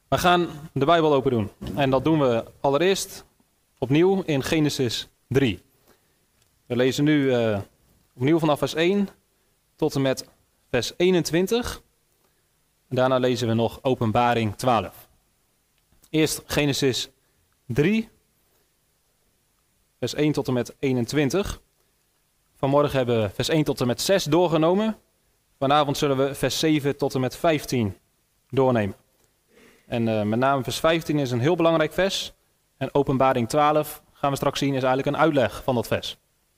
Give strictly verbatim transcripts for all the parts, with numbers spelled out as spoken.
We gaan de Bijbel open doen. En dat doen we allereerst opnieuw in Genesis drie. We lezen nu uh, opnieuw vanaf vers één tot en met vers eenentwintig. En daarna lezen we nog Openbaring twaalf. Eerst Genesis drie, vers één tot en met eenentwintig. Vanmorgen hebben we vers één tot en met zes doorgenomen. Vanavond zullen we vers zeven tot en met vijftien doornemen. En uh, met name vers vijftien is een heel belangrijk vers. En Openbaring twaalf, gaan we straks zien, is eigenlijk een uitleg van dat vers.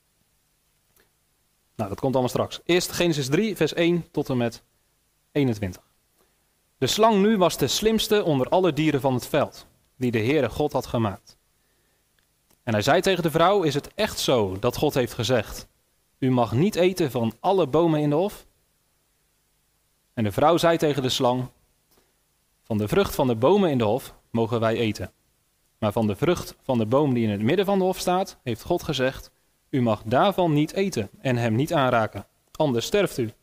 Nou, dat komt allemaal straks. Eerst Genesis drie, vers één tot en met eenentwintig. De slang nu was de slimste onder alle dieren van het veld, die de Heere God had gemaakt. En hij zei tegen de vrouw, is het echt zo dat God heeft gezegd, u mag niet eten van alle bomen in de hof? En de vrouw zei tegen de slang, van de vrucht van de bomen in de hof mogen wij eten. Maar van de vrucht van de boom die in het midden van de hof staat, heeft God gezegd, u mag daarvan niet eten en hem niet aanraken, anders sterft u.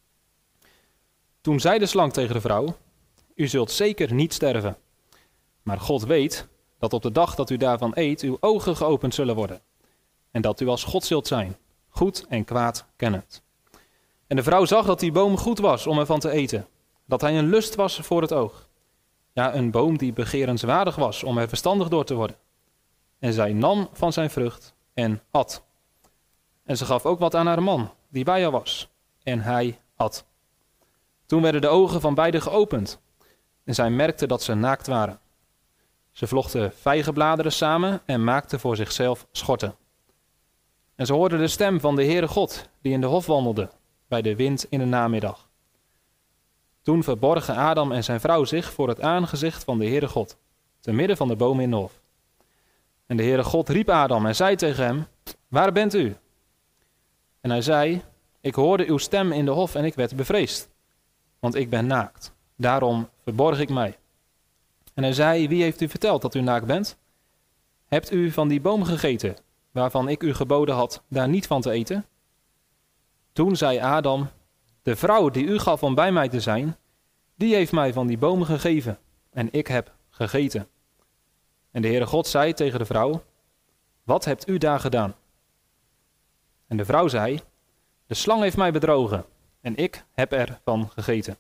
Toen zei de slang tegen de vrouw, u zult zeker niet sterven. Maar God weet dat op de dag dat u daarvan eet, uw ogen geopend zullen worden. En dat u als God zult zijn, goed en kwaad kennend. En de vrouw zag dat die boom goed was om ervan te eten, dat hij een lust was voor het oog. Ja, een boom die begerenswaardig was om er verstandig door te worden. En zij nam van zijn vrucht en at. En ze gaf ook wat aan haar man, die bij haar was. En hij at. Toen werden de ogen van beiden geopend. En zij merkten dat ze naakt waren. Ze vlochten vijgenbladeren samen en maakten voor zichzelf schorten. En ze hoorden de stem van de Heere God, die in de hof wandelde, bij de wind in de namiddag. Toen verborgen Adam en zijn vrouw zich voor het aangezicht van de Heere God, te midden van de bomen in de hof. En de Heere God riep Adam en zei tegen hem, waar bent u? En hij zei, ik hoorde uw stem in de hof en ik werd bevreesd, want ik ben naakt, daarom verborg ik mij. En hij zei, wie heeft u verteld dat u naakt bent? Hebt u van die boom gegeten, waarvan ik u geboden had daar niet van te eten? Toen zei Adam, de vrouw die u gaf om bij mij te zijn, die heeft mij van die bomen gegeven en ik heb gegeten. En de Heere God zei tegen de vrouw, wat hebt u daar gedaan? En de vrouw zei, de slang heeft mij bedrogen en ik heb ervan gegeten.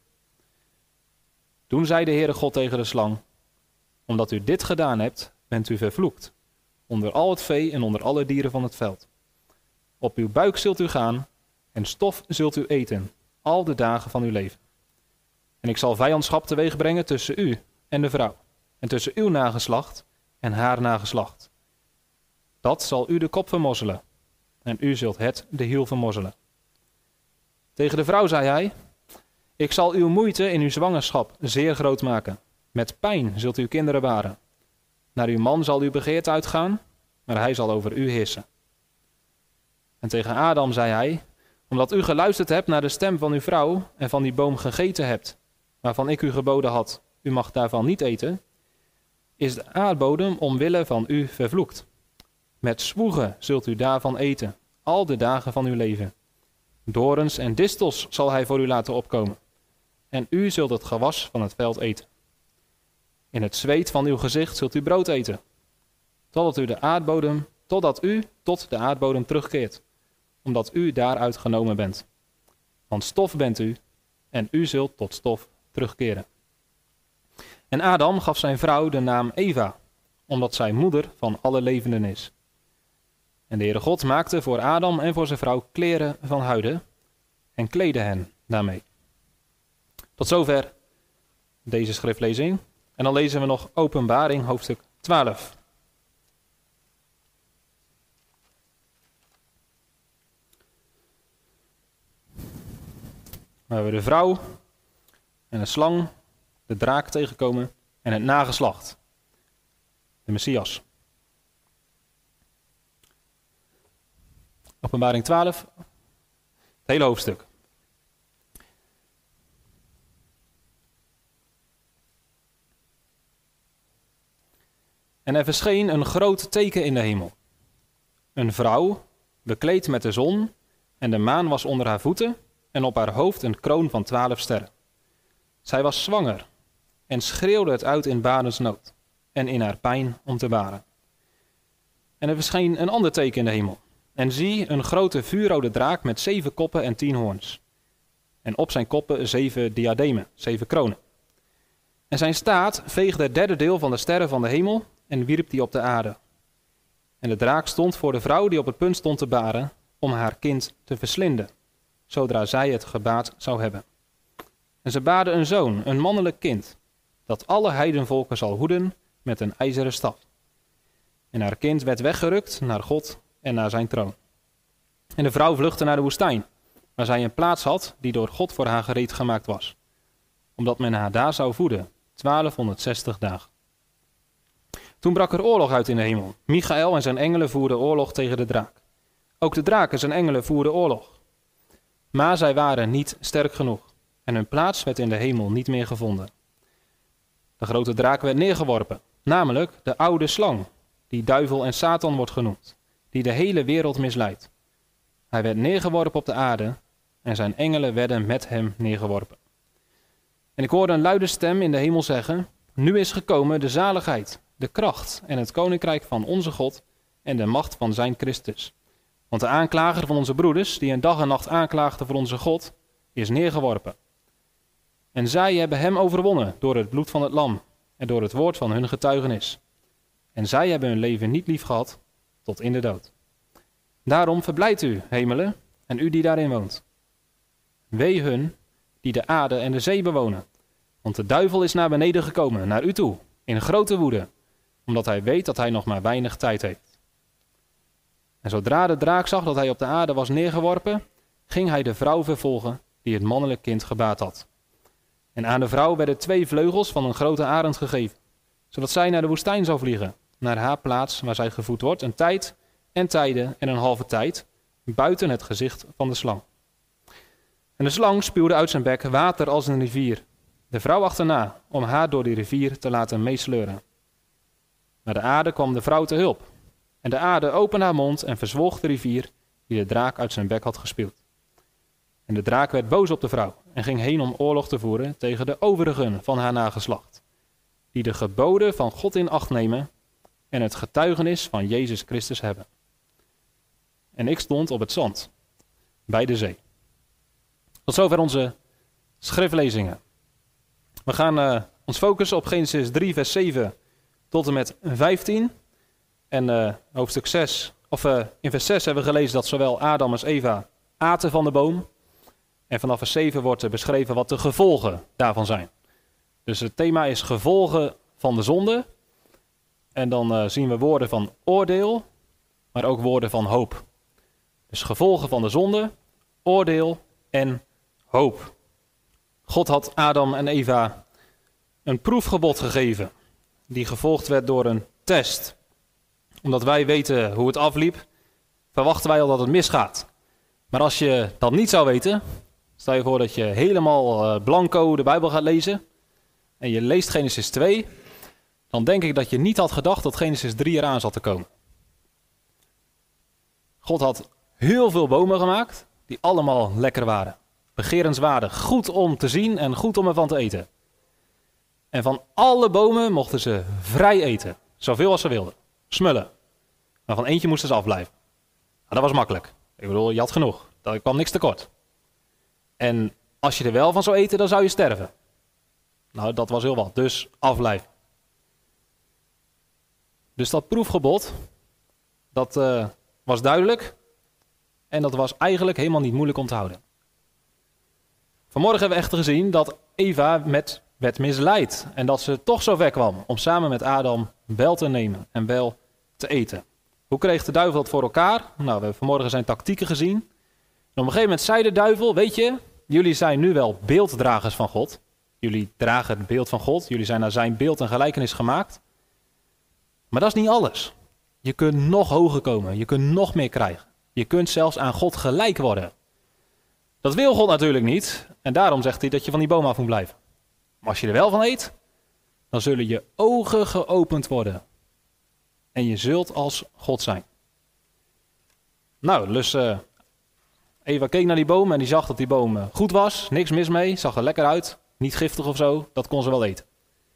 Toen zei de Heere God tegen de slang, omdat u dit gedaan hebt, bent u vervloekt, onder al het vee en onder alle dieren van het veld. Op uw buik zult u gaan en stof zult u eten, al de dagen van uw leven. En ik zal vijandschap teweeg brengen tussen u en de vrouw, en tussen uw nageslacht en haar nageslacht. Dat zal u de kop vermorzelen, en u zult het de hiel vermorzelen. Tegen de vrouw zei hij, ik zal uw moeite in uw zwangerschap zeer groot maken. Met pijn zult u kinderen baren. Naar uw man zal uw begeerte uitgaan, maar hij zal over u heersen. En tegen Adam zei hij, omdat u geluisterd hebt naar de stem van uw vrouw en van die boom gegeten hebt, waarvan ik u geboden had, u mag daarvan niet eten, is de aardbodem omwille van u vervloekt. Met zwoegen zult u daarvan eten, al de dagen van uw leven. Dorens en distels zal hij voor u laten opkomen, en u zult het gewas van het veld eten. In het zweet van uw gezicht zult u brood eten, totdat u de aardbodem, totdat u tot de aardbodem terugkeert, omdat u daaruit genomen bent. Want stof bent u, en u zult tot stof terugkeren. En Adam gaf zijn vrouw de naam Eva, omdat zij moeder van alle levenden is. En de Heere God maakte voor Adam en voor zijn vrouw kleren van huiden en kleedde hen daarmee. Tot zover deze schriftlezing. En dan lezen we nog Openbaring hoofdstuk twaalf. Waar we de vrouw en de slang, de draak tegenkomen en het nageslacht, de Messias. Openbaring twaalf, het hele hoofdstuk. En er verscheen een groot teken in de hemel. Een vrouw, bekleed met de zon, en de maan was onder haar voeten, en op haar hoofd een kroon van twaalf sterren. Zij was zwanger en schreeuwde het uit in barensnood en in haar pijn om te baren. En er verscheen een ander teken in de hemel. En zie, een grote vuurrode draak met zeven koppen en tien hoorns. En op zijn koppen zeven diademen, zeven kronen. En zijn staart veegde het derde deel van de sterren van de hemel en wierp die op de aarde. En de draak stond voor de vrouw die op het punt stond te baren om haar kind te verslinden, zodra zij het gebaat zou hebben. En ze baarde een zoon, een mannelijk kind, dat alle heidenvolken zal hoeden met een ijzeren staf. En haar kind werd weggerukt naar God en naar zijn troon. En de vrouw vluchtte naar de woestijn, waar zij een plaats had die door God voor haar gereed gemaakt was, omdat men haar daar zou voeden, twaalfhonderdzestig dagen. Toen brak er oorlog uit in de hemel. Michael en zijn engelen voerden oorlog tegen de draak. Ook de draak en zijn engelen voerden oorlog. Maar zij waren niet sterk genoeg en hun plaats werd in de hemel niet meer gevonden. De grote draak werd neergeworpen, namelijk de oude slang, die duivel en Satan wordt genoemd, die de hele wereld misleidt. Hij werd neergeworpen op de aarde en zijn engelen werden met hem neergeworpen. En ik hoorde een luide stem in de hemel zeggen: nu is gekomen de zaligheid, de kracht en het koninkrijk van onze God en de macht van zijn Christus. Want de aanklager van onze broeders, die een dag en nacht aanklaagde voor onze God, is neergeworpen. En zij hebben hem overwonnen door het bloed van het lam en door het woord van hun getuigenis. En zij hebben hun leven niet lief gehad tot in de dood. Daarom verblijdt u, hemelen, en u die daarin woont. Wee hun die de aarde en de zee bewonen. Want de duivel is naar beneden gekomen, naar u toe, in grote woede, omdat hij weet dat hij nog maar weinig tijd heeft. En zodra de draak zag dat hij op de aarde was neergeworpen, ging hij de vrouw vervolgen die het mannelijk kind gebaat had. En aan de vrouw werden twee vleugels van een grote arend gegeven, zodat zij naar de woestijn zou vliegen, naar haar plaats waar zij gevoed wordt, een tijd en tijden en een halve tijd, buiten het gezicht van de slang. En de slang spuwde uit zijn bek water als een rivier, de vrouw achterna, om haar door die rivier te laten meesleuren. Maar de aarde kwam de vrouw te hulp, en de aarde opende haar mond en verzwolg de rivier die de draak uit zijn bek had gespuwd. En de draak werd boos op de vrouw en ging heen om oorlog te voeren tegen de overigen van haar nageslacht, die de geboden van God in acht nemen en het getuigenis van Jezus Christus hebben. En ik stond op het zand, bij de zee. Tot zover onze schriftlezingen. We gaan uh, ons focussen op Genesis drie, vers zeven tot en met vijftien. En uh, hoofdstuk zes, of uh, in vers zes hebben we gelezen dat zowel Adam als Eva aten van de boom. En vanaf vers zeven wordt er beschreven wat de gevolgen daarvan zijn. Dus het thema is gevolgen van de zonde. En dan uh, zien we woorden van oordeel, maar ook woorden van hoop. Dus gevolgen van de zonde, oordeel en hoop. God had Adam en Eva een proefgebod gegeven, die gevolgd werd door een test. Omdat wij weten hoe het afliep, verwachten wij al dat het misgaat. Maar als je dat niet zou weten, stel je voor dat je helemaal uh, blanco de Bijbel gaat lezen en je leest Genesis twee, dan denk ik dat je niet had gedacht dat Genesis drie eraan zat te komen. God had heel veel bomen gemaakt die allemaal lekker waren. Begerenswaardig, goed om te zien en goed om ervan te eten. En van alle bomen mochten ze vrij eten, zoveel als ze wilden. Smullen. Maar van eentje moesten ze afblijven. Nou, dat was makkelijk. Ik bedoel, je had genoeg. Er kwam niks tekort. En als je er wel van zou eten, dan zou je sterven. Nou, dat was heel wat. Dus afblijven. Dus dat proefgebod, dat uh, was duidelijk. En dat was eigenlijk helemaal niet moeilijk om te houden. Vanmorgen hebben we echter gezien dat Eva met, werd misleid. En dat ze toch zo ver kwam om samen met Adam wel te nemen en wel te eten. Hoe kreeg de duivel dat voor elkaar? Nou, we hebben vanmorgen zijn tactieken gezien. En op een gegeven moment zei de duivel, weet je, jullie zijn nu wel beelddragers van God. Jullie dragen het beeld van God. Jullie zijn naar zijn beeld en gelijkenis gemaakt. Maar dat is niet alles. Je kunt nog hoger komen. Je kunt nog meer krijgen. Je kunt zelfs aan God gelijk worden. Dat wil God natuurlijk niet. En daarom zegt hij dat je van die boom af moet blijven. Maar als je er wel van eet, dan zullen je ogen geopend worden. En je zult als God zijn. Nou, dus uh, Eva keek naar die boom en die zag dat die boom uh, goed was. Niks mis mee, zag er lekker uit. Niet giftig of zo, dat kon ze wel eten.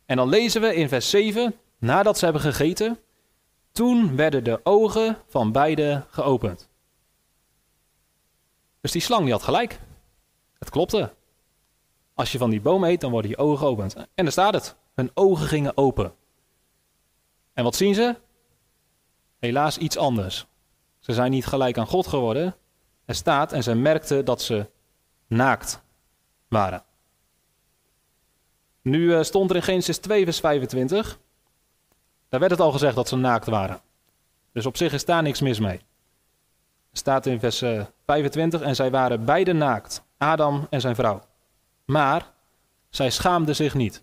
En dan lezen we in vers zeven, nadat ze hebben gegeten, toen werden de ogen van beiden geopend. Dus die slang die had gelijk. Het klopte. Als je van die boom eet, dan worden je ogen geopend. En daar staat het. Hun ogen gingen open. En wat zien ze? Helaas iets anders. Ze zijn niet gelijk aan God geworden. Er staat, en ze merkten dat ze naakt waren. Nu uh, stond er in Genesis twee vers vijfentwintig. Daar werd het al gezegd dat ze naakt waren. Dus op zich is daar niks mis mee. Er staat in vers uh, vijfentwintig, en zij waren beide naakt, Adam en zijn vrouw. Maar zij schaamden zich niet.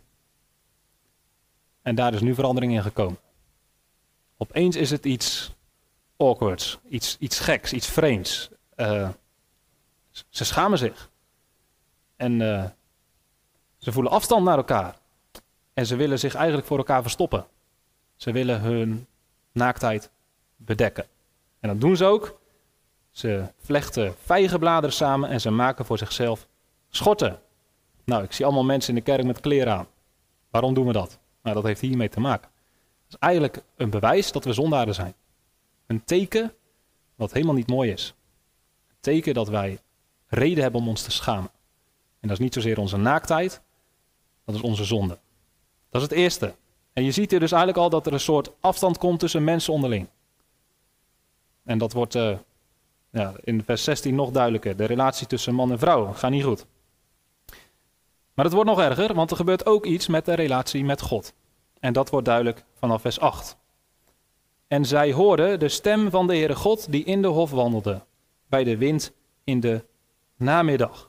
En daar is nu verandering in gekomen. Opeens is het iets awkwards, iets, iets geks, iets vreemds. Uh, ze schamen zich. En uh, ze voelen afstand naar elkaar. En ze willen zich eigenlijk voor elkaar verstoppen. Ze willen hun naaktheid bedekken. En dat doen ze ook. Ze vlechten vijgenbladeren samen en ze maken voor zichzelf schorten. Nou, ik zie allemaal mensen in de kerk met kleren aan. Waarom doen we dat? Nou, dat heeft hiermee te maken. Dat is eigenlijk een bewijs dat we zondaren zijn. Een teken wat helemaal niet mooi is. Een teken dat wij reden hebben om ons te schamen. En dat is niet zozeer onze naaktheid, dat is onze zonde. Dat is het eerste. En je ziet hier dus eigenlijk al dat er een soort afstand komt tussen mensen onderling. En dat wordt uh, ja, in vers zestien nog duidelijker. De relatie tussen man en vrouw gaat niet goed. Maar het wordt nog erger, want er gebeurt ook iets met de relatie met God. En dat wordt duidelijk vanaf vers acht. En zij hoorden de stem van de Heere God die in de hof wandelde, bij de wind in de namiddag.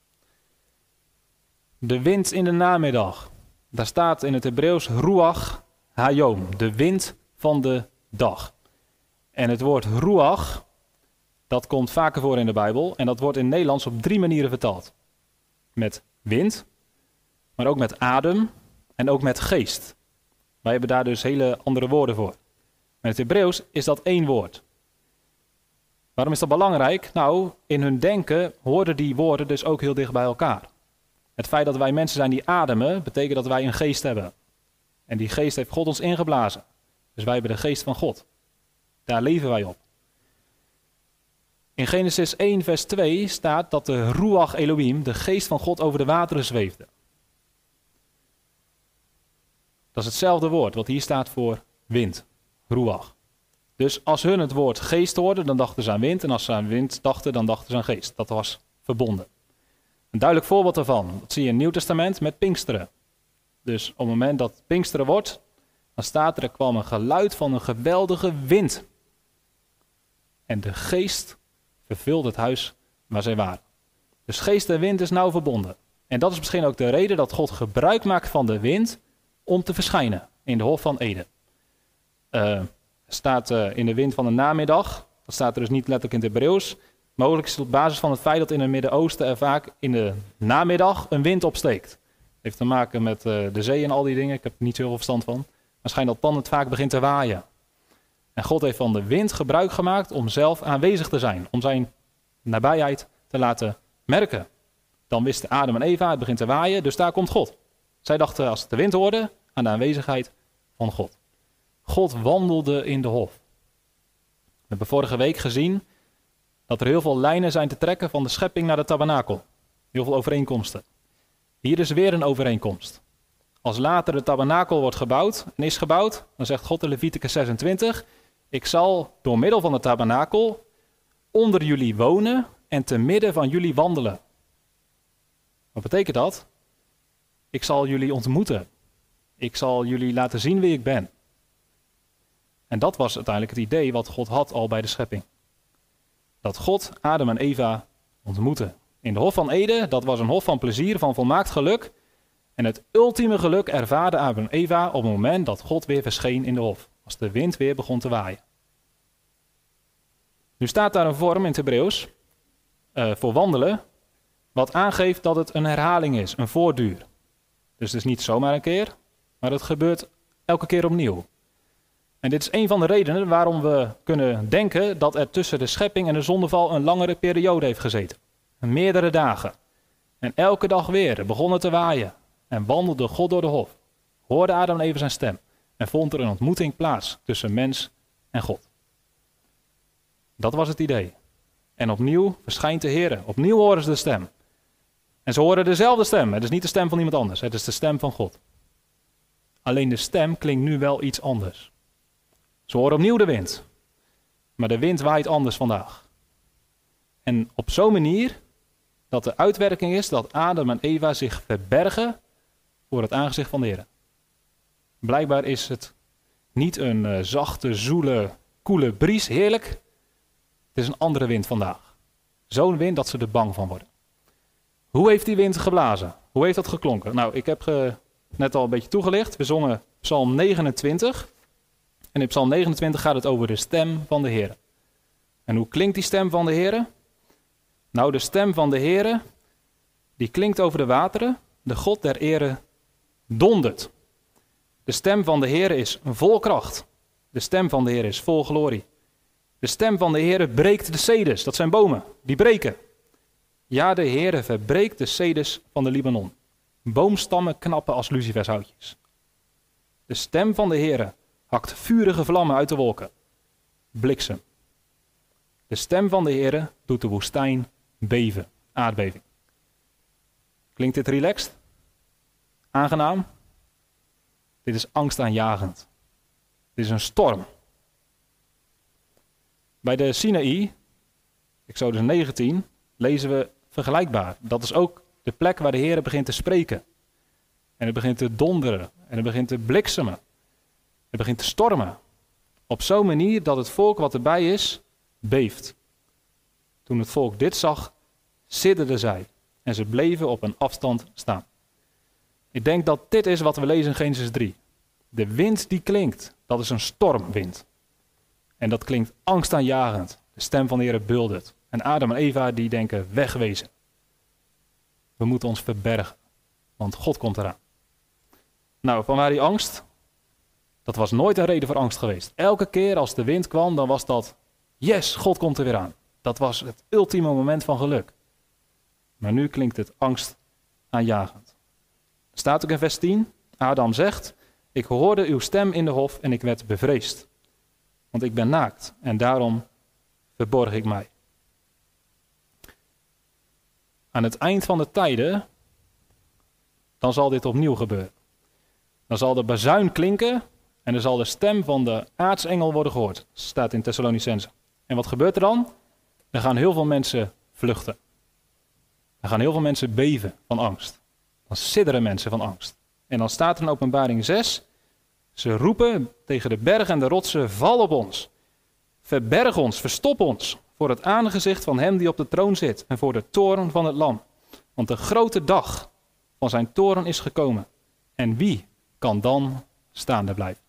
De wind in de namiddag. Daar staat in het Hebreeuws ruach hayom, de wind van de dag. En het woord ruach, dat komt vaker voor in de Bijbel en dat wordt in het Nederlands op drie manieren vertaald. Met wind, maar ook met adem en ook met geest. Wij hebben daar dus hele andere woorden voor. Maar in het Hebreeuws is dat één woord. Waarom is dat belangrijk? Nou, in hun denken hoorden die woorden dus ook heel dicht bij elkaar. Het feit dat wij mensen zijn die ademen, betekent dat wij een geest hebben. En die geest heeft God ons ingeblazen. Dus wij hebben de geest van God. Daar leven wij op. In Genesis één vers twee staat dat de Ruach Elohim, de geest van God, over de wateren zweefde. Dat is hetzelfde woord wat hier staat voor wind. Ruach. Dus als hun het woord geest hoorden, dan dachten ze aan wind. En als ze aan wind dachten, dan dachten ze aan geest. Dat was verbonden. Een duidelijk voorbeeld daarvan, dat zie je in het Nieuw Testament met Pinksteren. Dus op het moment dat Pinksteren wordt, dan staat er, er kwam een geluid van een geweldige wind. En de geest vervulde het huis waar zij waren. Dus geest en wind is nauw verbonden. En dat is misschien ook de reden dat God gebruik maakt van de wind om te verschijnen in de Hof van Eden. Uh, staat uh, in de wind van de namiddag, dat staat er dus niet letterlijk in het Hebreeuws. Mogelijk is het op basis van het feit dat in het Midden-Oosten er vaak in de namiddag een wind opsteekt. Het heeft te maken met uh, de zee en al die dingen, ik heb er niet zo heel veel verstand van. Maar schijnt dat dan het vaak begint te waaien. En God heeft van de wind gebruik gemaakt om zelf aanwezig te zijn, om zijn nabijheid te laten merken. Dan wisten Adam en Eva, het begint te waaien, dus daar komt God. Zij dachten als ze de wind hoorden aan de aanwezigheid van God. God wandelde in de hof. We hebben vorige week gezien dat er heel veel lijnen zijn te trekken van de schepping naar de tabernakel. Heel veel overeenkomsten. Hier is weer een overeenkomst. Als later de tabernakel wordt gebouwd en is gebouwd, dan zegt God in Leviticus zesentwintig, ik zal door middel van de tabernakel onder jullie wonen en te midden van jullie wandelen. Wat betekent dat? Ik zal jullie ontmoeten. Ik zal jullie laten zien wie ik ben. En dat was uiteindelijk het idee wat God had al bij de schepping. Dat God Adam en Eva ontmoette. In de Hof van Eden, dat was een hof van plezier, van volmaakt geluk. En het ultieme geluk ervaarde Adam en Eva op het moment dat God weer verscheen in de hof. Als de wind weer begon te waaien. Nu staat daar een vorm in het Hebreeuws uh, voor wandelen, wat aangeeft dat het een herhaling is, een voortduur. Dus het is niet zomaar een keer, maar het gebeurt elke keer opnieuw. En dit is een van de redenen waarom we kunnen denken dat er tussen de schepping en de zondeval een langere periode heeft gezeten. Meerdere dagen. En elke dag weer begon het te waaien en wandelde God door de hof. hoorde Adam en Eva zijn stem en vond er een ontmoeting plaats tussen mens en God. Dat was het idee. En opnieuw verschijnt de Heer. Opnieuw horen ze de stem. En ze horen dezelfde stem. Het is niet de stem van iemand anders. Het is de stem van God. Alleen de stem klinkt nu wel iets anders. Ze horen opnieuw de wind. Maar de wind waait anders vandaag. En op zo'n manier dat de uitwerking is dat Adam en Eva zich verbergen voor het aangezicht van de Heer. Blijkbaar is het niet een uh, zachte, zoele, koele bries, heerlijk. Het is een andere wind vandaag. Zo'n wind dat ze er bang van worden. Hoe heeft die wind geblazen? Hoe heeft dat geklonken? Nou, ik heb ge, net al een beetje toegelicht. We zongen Psalm negenentwintig. En in Psalm negenentwintig gaat het over de stem van de Heer. En hoe klinkt die stem van de Heer? Nou, de stem van de Heer, die klinkt over de wateren. De God der ere dondert. De stem van de Heer is vol kracht. De stem van de Heer is vol glorie. De stem van de Heer breekt de cedes, dat zijn bomen, die breken. Ja, de Heer verbreekt de cedes van de Libanon. Boomstammen knappen als lucifershoutjes. De stem van de Heer hakt vurige vlammen uit de wolken. Bliksem. De stem van de Heer doet de woestijn beven, aardbeving. Klinkt dit relaxed? Aangenaam? Dit is angstaanjagend. Dit is een storm. Bij de Sinaï, Exodus negentien, lezen we vergelijkbaar. Dat is ook de plek waar de Heer begint te spreken. En het begint te donderen. En het begint te bliksemen. Het begint te stormen. Op zo'n manier dat het volk wat erbij is, beeft. Toen het volk dit zag, sidderden zij. En ze bleven op een afstand staan. Ik denk dat dit is wat we lezen in Genesis drie. De wind die klinkt, dat is een stormwind. En dat klinkt angstaanjagend. De stem van de Heer buldert. En Adam en Eva die denken wegwezen. We moeten ons verbergen, want God komt eraan. Nou, vanwaar die angst? Dat was nooit een reden voor angst geweest. Elke keer als de wind kwam, dan was dat, yes, God komt er weer aan. Dat was het ultieme moment van geluk. Maar nu klinkt het angstaanjagend. Er staat ook in vers tien, Adam zegt, ik hoorde uw stem in de hof en ik werd bevreesd. Want ik ben naakt en daarom verborg ik mij. Aan het eind van de tijden, dan zal dit opnieuw gebeuren. Dan zal de bazuin klinken en er zal de stem van de aartsengel worden gehoord. Dat staat in Thessalonicenzen. En wat gebeurt er dan? Er gaan heel veel mensen vluchten. Er gaan heel veel mensen beven van angst. Dan sidderen mensen van angst. En dan staat er in Openbaring zes, ze roepen tegen de bergen en de rotsen, val op ons. Verberg ons, verstop ons voor het aangezicht van hem die op de troon zit en voor de toorn van het lam. Want de grote dag van zijn toorn is gekomen. En wie kan dan staande blijven?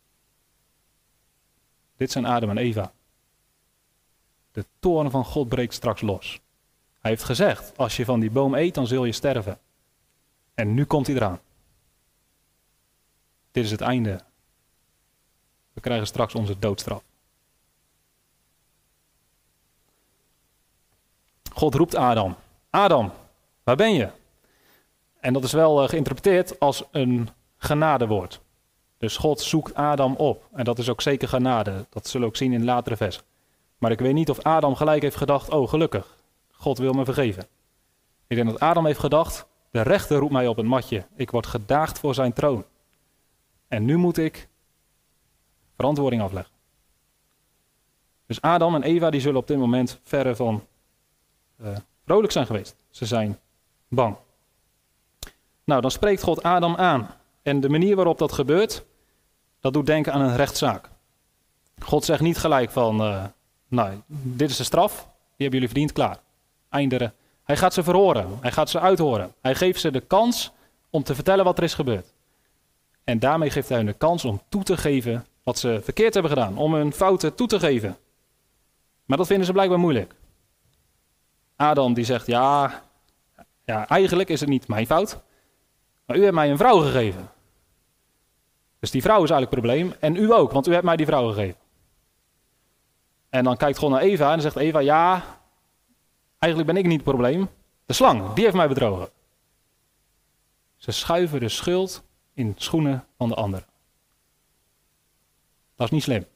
Dit zijn Adam en Eva. De toorn van God breekt straks los. Hij heeft gezegd, als je van die boom eet, dan zul je sterven. En nu komt hij eraan. Dit is het einde. We krijgen straks onze doodstraf. God roept Adam. Adam, waar ben je? En dat is wel uh, geïnterpreteerd als een genadewoord. Dus God zoekt Adam op. En dat is ook zeker genade. Dat zullen we ook zien in latere versen. Maar ik weet niet of Adam gelijk heeft gedacht, oh gelukkig, God wil me vergeven. Ik denk dat Adam heeft gedacht, de rechter roept mij op het matje. Ik word gedaagd voor zijn troon. En nu moet ik verantwoording afleggen. Dus Adam en Eva die zullen op dit moment verre van uh, vrolijk zijn geweest. Ze zijn bang. Nou, dan spreekt God Adam aan. En de manier waarop dat gebeurt, dat doet denken aan een rechtszaak. God zegt niet gelijk van, uh, nou, dit is de straf, die hebben jullie verdiend, klaar. Einde. Hij gaat ze verhoren, hij gaat ze uithoren. Hij geeft ze de kans om te vertellen wat er is gebeurd. En daarmee geeft hij hun de kans om toe te geven wat ze verkeerd hebben gedaan. Om hun fouten toe te geven. Maar dat vinden ze blijkbaar moeilijk. Adam die zegt, ja, ja, eigenlijk is het niet mijn fout. Maar u hebt mij een vrouw gegeven. Dus die vrouw is eigenlijk het probleem. En u ook, want u hebt mij die vrouw gegeven. En dan kijkt God naar Eva en dan zegt Eva, ja, eigenlijk ben ik niet het probleem. De slang, die heeft mij bedrogen. Ze schuiven de schuld in schoenen van de ander. Dat is niet slim.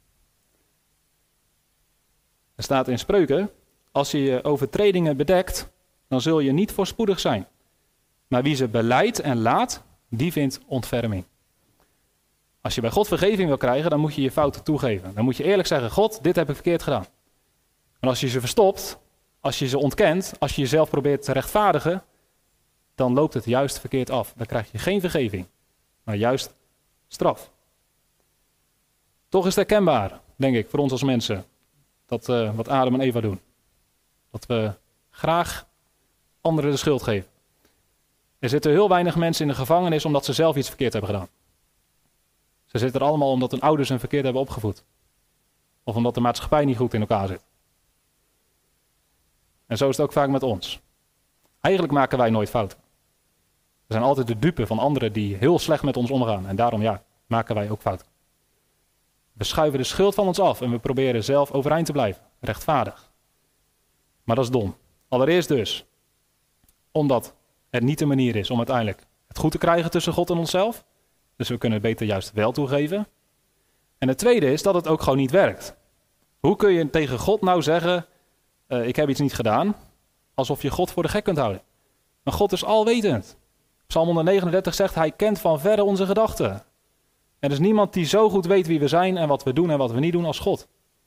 Er staat in Spreuken, als je je overtredingen bedekt, dan zul je niet voorspoedig zijn. Maar wie ze belijdt en laat, die vindt ontferming. Als je bij God vergeving wil krijgen, dan moet je je fouten toegeven. Dan moet je eerlijk zeggen, God, dit heb ik verkeerd gedaan. En als je ze verstopt, als je ze ontkent, als je jezelf probeert te rechtvaardigen, dan loopt het juist verkeerd af. Dan krijg je geen vergeving, maar juist straf. Toch is het herkenbaar, denk ik, voor ons als mensen, dat uh, wat Adam en Eva doen. Dat we graag anderen de schuld geven. Er zitten heel weinig mensen in de gevangenis omdat ze zelf iets verkeerd hebben gedaan. Ze zitten er allemaal omdat hun ouders hen verkeerd hebben opgevoed. Of omdat de maatschappij niet goed in elkaar zit. En zo is het ook vaak met ons. Eigenlijk maken wij nooit fouten. We zijn altijd de dupe van anderen die heel slecht met ons omgaan. En daarom ja, maken wij ook fouten. We schuiven de schuld van ons af en we proberen zelf overeind te blijven. Rechtvaardig. Maar dat is dom. Allereerst dus, omdat het niet de manier is om uiteindelijk het goed te krijgen tussen God en onszelf. Dus we kunnen het beter juist wel toegeven. En het tweede is dat het ook gewoon niet werkt. Hoe kun je tegen God nou zeggen, uh, ik heb iets niet gedaan, alsof je God voor de gek kunt houden? Maar God is alwetend. Psalm honderdnegenendertig zegt, hij kent van verre onze gedachten. Er is niemand die zo goed weet wie we zijn en wat we doen en wat we niet doen als God.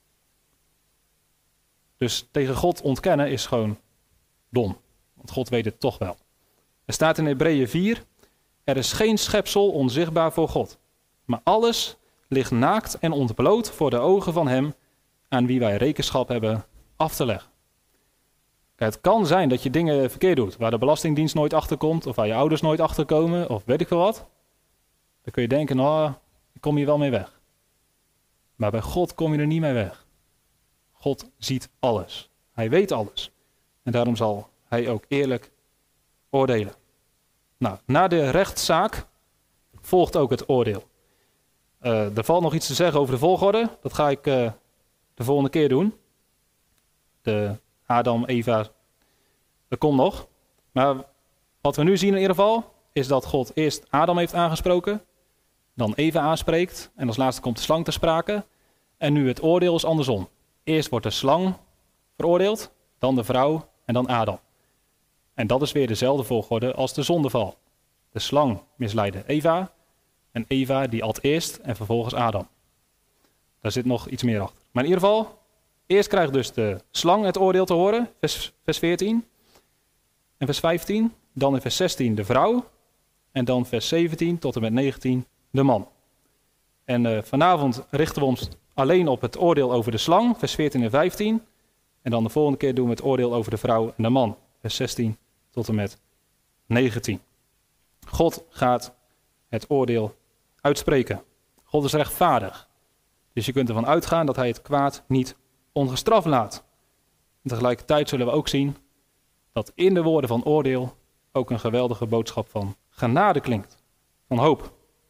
Dus tegen God ontkennen is gewoon dom. Want God weet het toch wel. Er staat in Hebreeën vier, er is geen schepsel onzichtbaar voor God. Maar alles ligt naakt en ontbloot voor de ogen van hem aan wie wij rekenschap hebben af te leggen. Kijk, het kan zijn dat je dingen verkeerd doet, waar de Belastingdienst nooit achterkomt, of waar je ouders nooit achterkomen, of weet ik veel wat. Dan kun je denken, nou, ik kom hier wel mee weg. Maar bij God kom je er niet mee weg. God ziet alles. Hij weet alles. En daarom zal hij ook eerlijk oordelen. Nou, na de rechtszaak volgt ook het oordeel. Uh, er valt nog iets te zeggen over de volgorde. Dat ga ik uh, de volgende keer doen. De Adam, Eva, dat komt nog. Maar wat we nu zien in ieder geval, is dat God eerst Adam heeft aangesproken, dan Eva aanspreekt en als laatste komt de slang ter sprake. En nu het oordeel is andersom. Eerst wordt de slang veroordeeld, dan de vrouw en dan Adam. En dat is weer dezelfde volgorde als de zondeval. De slang misleidde Eva en Eva die at eerst en vervolgens Adam. Daar zit nog iets meer achter. Maar in ieder geval, eerst krijgt dus de slang het oordeel te horen, vers, vers veertien en vers vijftien. Dan in vers zestien de vrouw en dan vers zeventien tot en met negentien de man. En uh, vanavond richten we ons alleen op het oordeel over de slang, vers veertien en vijftien. En dan de volgende keer doen we het oordeel over de vrouw en de man, vers zestien tot en met negentien. God gaat het oordeel uitspreken. God is rechtvaardig. Dus je kunt ervan uitgaan dat hij het kwaad niet ongestraft laat. En tegelijkertijd zullen we ook zien dat in de woorden van oordeel ook een geweldige boodschap van genade klinkt. Van hoop.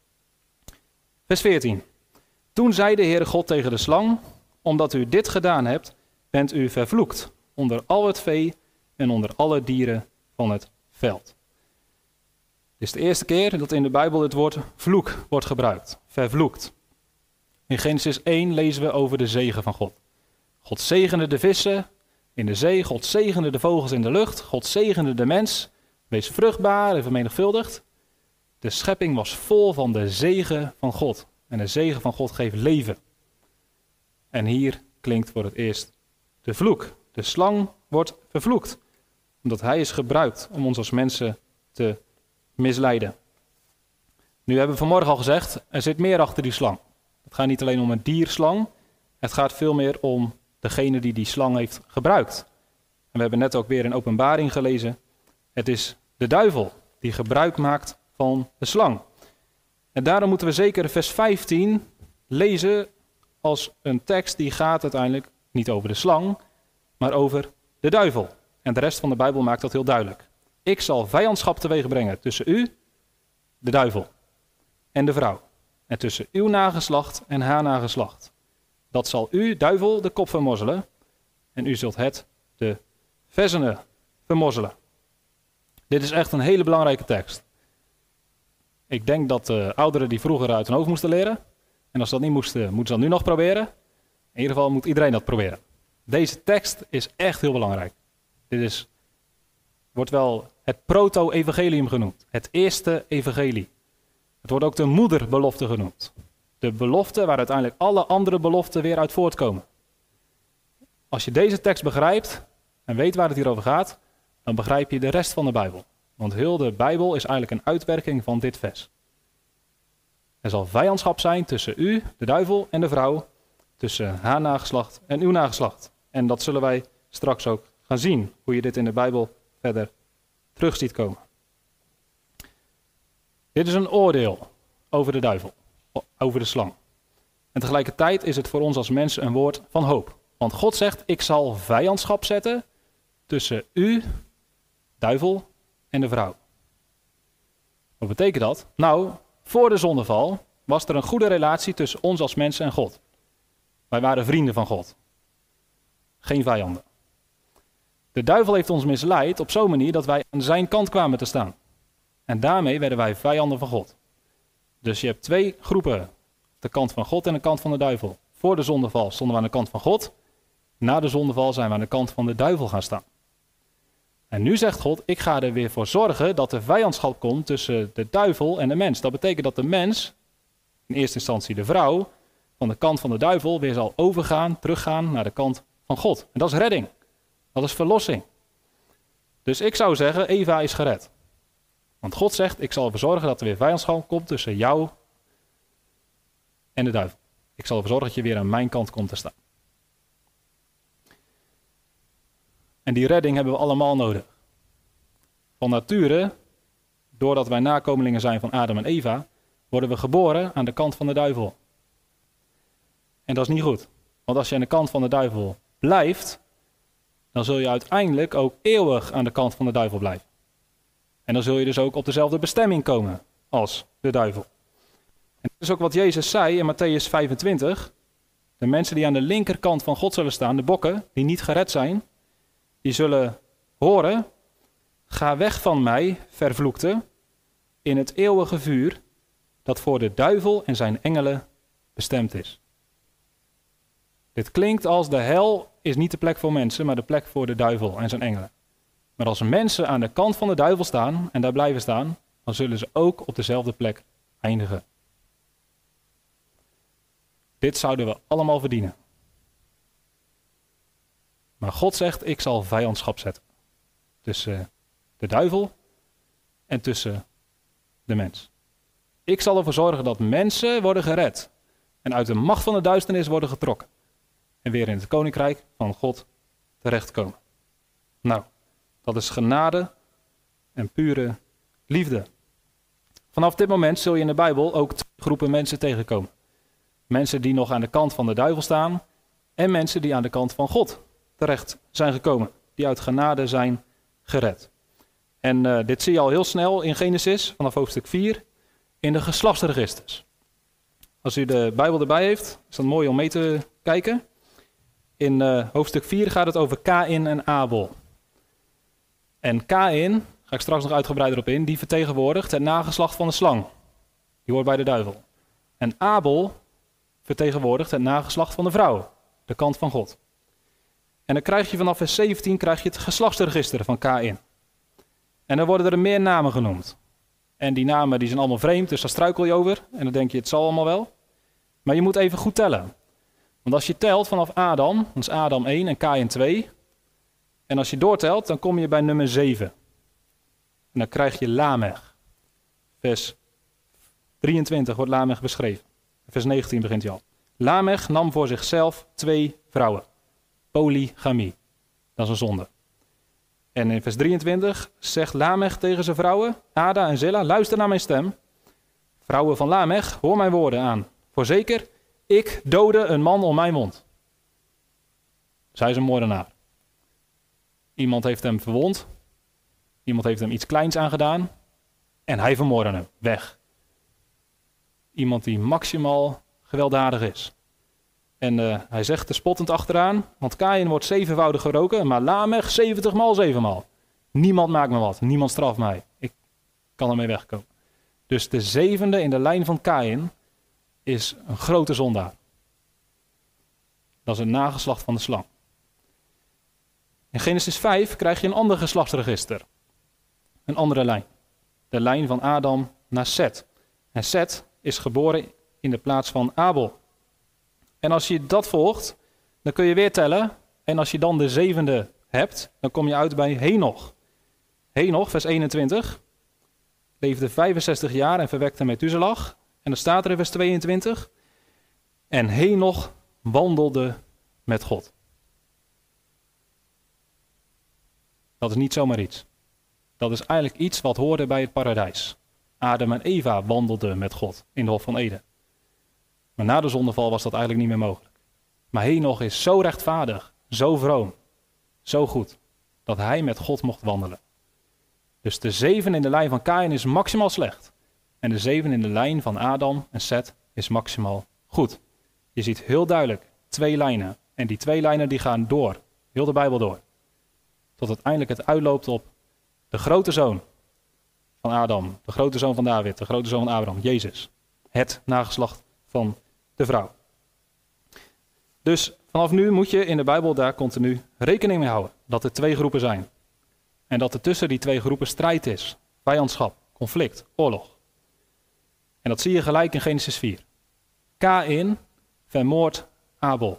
Vers veertien. Toen zei de Heere God tegen de slang, omdat u dit gedaan hebt, bent u vervloekt onder al het vee en onder alle dieren van het veld. Dit is de eerste keer dat in de Bijbel het woord vloek wordt gebruikt. Vervloekt. In Genesis één lezen we over de zegen van God. God zegende de vissen in de zee, God zegende de vogels in de lucht, God zegende de mens, wees vruchtbaar en vermenigvuldigd. De schepping was vol van de zegen van God. En de zegen van God geeft leven. En hier klinkt voor het eerst de vloek. De slang wordt vervloekt. Omdat hij is gebruikt om ons als mensen te misleiden. Nu hebben we vanmorgen al gezegd, er zit meer achter die slang. Het gaat niet alleen om een dierslang. Het gaat veel meer om degene die die slang heeft gebruikt. En we hebben net ook weer in Openbaring gelezen. Het is de duivel die gebruik maakt van de slang. En daarom moeten we zeker vers vijftien lezen als een tekst die gaat uiteindelijk niet over de slang, maar over de duivel. En de rest van de Bijbel maakt dat heel duidelijk. Ik zal vijandschap teweeg brengen tussen u, de duivel, en de vrouw. En tussen uw nageslacht en haar nageslacht. Dat zal u, duivel, de kop vermorzelen. En u zult het, de versenen, vermorzelen. Dit is echt een hele belangrijke tekst. Ik denk dat de ouderen die vroeger uit hun hoofd moesten leren. En als ze dat niet moesten, moeten ze dat nu nog proberen. In ieder geval moet iedereen dat proberen. Deze tekst is echt heel belangrijk. Dit is, wordt wel het proto-evangelium genoemd. Het eerste evangelie. Het wordt ook de moederbelofte genoemd. De belofte waar uiteindelijk alle andere beloften weer uit voortkomen. Als je deze tekst begrijpt en weet waar het hier over gaat, dan begrijp je de rest van de Bijbel. Want heel de Bijbel is eigenlijk een uitwerking van dit vers. Er zal vijandschap zijn tussen u, de duivel, en de vrouw, tussen haar nageslacht en uw nageslacht. En dat zullen wij straks ook gaan zien, hoe je dit in de Bijbel verder terug ziet komen. Dit is een oordeel over de duivel, over de slang. En tegelijkertijd is het voor ons als mensen een woord van hoop. Want God zegt, ik zal vijandschap zetten tussen u, duivel, en de vrouw. Wat betekent dat? Nou, voor de zondeval was er een goede relatie tussen ons als mensen en God. Wij waren vrienden van God. Geen vijanden. De duivel heeft ons misleid op zo'n manier dat wij aan zijn kant kwamen te staan. En daarmee werden wij vijanden van God. Dus je hebt twee groepen. De kant van God en de kant van de duivel. Voor de zondeval stonden we aan de kant van God. Na de zondeval zijn we aan de kant van de duivel gaan staan. En nu zegt God, ik ga er weer voor zorgen dat er vijandschap komt tussen de duivel en de mens. Dat betekent dat de mens, in eerste instantie de vrouw, van de kant van de duivel weer zal overgaan, teruggaan naar de kant van God. En dat is redding. Dat is verlossing. Dus ik zou zeggen, Eva is gered. Want God zegt, ik zal ervoor zorgen dat er weer vijandschap komt tussen jou en de duivel. Ik zal ervoor zorgen dat je weer aan mijn kant komt te staan. En die redding hebben we allemaal nodig. Van nature, doordat wij nakomelingen zijn van Adam en Eva, worden we geboren aan de kant van de duivel. En dat is niet goed. Want als je aan de kant van de duivel blijft, dan zul je uiteindelijk ook eeuwig aan de kant van de duivel blijven. En dan zul je dus ook op dezelfde bestemming komen als de duivel. En dat is ook wat Jezus zei in Mattheüs vijfentwintig. De mensen die aan de linkerkant van God zullen staan, de bokken, die niet gered zijn, die zullen horen, ga weg van mij, vervloekte, in het eeuwige vuur, dat voor de duivel en zijn engelen bestemd is. Dit klinkt als de hel is niet de plek voor mensen, maar de plek voor de duivel en zijn engelen. Maar als mensen aan de kant van de duivel staan en daar blijven staan, dan zullen ze ook op dezelfde plek eindigen. Dit zouden we allemaal verdienen. Maar God zegt, ik zal vijandschap zetten tussen de duivel en tussen de mens. Ik zal ervoor zorgen dat mensen worden gered en uit de macht van de duisternis worden getrokken. En weer in het koninkrijk van God terechtkomen. Nou, dat is genade en pure liefde. Vanaf dit moment zul je in de Bijbel ook twee groepen mensen tegenkomen. Mensen die nog aan de kant van de duivel staan en mensen die aan de kant van God terecht zijn gekomen. Die uit genade zijn gered. En uh, dit zie je al heel snel in Genesis, vanaf hoofdstuk vier, in de geslachtsregisters. Als u de Bijbel erbij heeft, is dat mooi om mee te kijken. In uh, hoofdstuk vier gaat het over Kaïn en Abel. En Kaïn, ga ik straks nog uitgebreider op in, die vertegenwoordigt het nageslacht van de slang. Die hoort bij de duivel. En Abel vertegenwoordigt het nageslacht van de vrouw, de kant van God. En dan krijg je vanaf vers zeventien krijg je het geslachtsregister van Kaïn. En dan worden er meer namen genoemd. En die namen die zijn allemaal vreemd, dus daar struikel je over. En dan denk je, het zal allemaal wel. Maar je moet even goed tellen. Want als je telt vanaf Adam, dan is Adam één en Kaïn twee. En als je doortelt, dan kom je bij nummer zeven. En dan krijg je Lamech. Vers drieëntwintig wordt Lamech beschreven. Vers negentien begint hij al. Lamech nam voor zichzelf twee vrouwen. Polygamie. Dat is een zonde. En in vers drieëntwintig zegt Lamech tegen zijn vrouwen, Ada en Zilla, luister naar mijn stem. Vrouwen van Lamech, hoor mijn woorden aan. Voorzeker, ik doodde een man om mijn mond. Zij is een moordenaar. Iemand heeft hem verwond. Iemand heeft hem iets kleins aangedaan. En hij vermoordde hem. Weg. Iemand die maximaal gewelddadig is. En uh, hij zegt er spottend achteraan, want Kaïn wordt zevenvoudig geroken, maar Lamech zeventig maal zevenmaal. Niemand maakt me wat, niemand straft mij. Ik kan ermee wegkomen. Dus de zevende in de lijn van Kaïn is een grote zondaar. Dat is een nageslacht van de slang. In Genesis vijf krijg je een ander geslachtsregister. Een andere lijn. De lijn van Adam naar Set. En Set is geboren in de plaats van Abel. En als je dat volgt, dan kun je weer tellen. En als je dan de zevende hebt, dan kom je uit bij Henoch. Henoch, vers eenentwintig, leefde vijfenzestig jaar en verwekte Methuselah. En dan staat er in vers tweeëntwintig. En Henoch wandelde met God. Dat is niet zomaar iets. Dat is eigenlijk iets wat hoorde bij het paradijs. Adam en Eva wandelden met God in de Hof van Eden. Maar na de zondeval was dat eigenlijk niet meer mogelijk. Maar Henoch is zo rechtvaardig, zo vroom, zo goed, dat hij met God mocht wandelen. Dus de zeven in de lijn van Kaïn is maximaal slecht. En de zeven in de lijn van Adam en Set is maximaal goed. Je ziet heel duidelijk twee lijnen. En die twee lijnen die gaan door, heel de Bijbel door. Tot uiteindelijk het uitloopt op de grote zoon van Adam, de grote zoon van David, de grote zoon van Abraham, Jezus. Het nageslacht van de vrouw. Dus vanaf nu moet je in de Bijbel daar continu rekening mee houden. Dat er twee groepen zijn. En dat er tussen die twee groepen strijd is. Vijandschap, conflict, oorlog. En dat zie je gelijk in Genesis vier. Kaïn vermoordt Abel.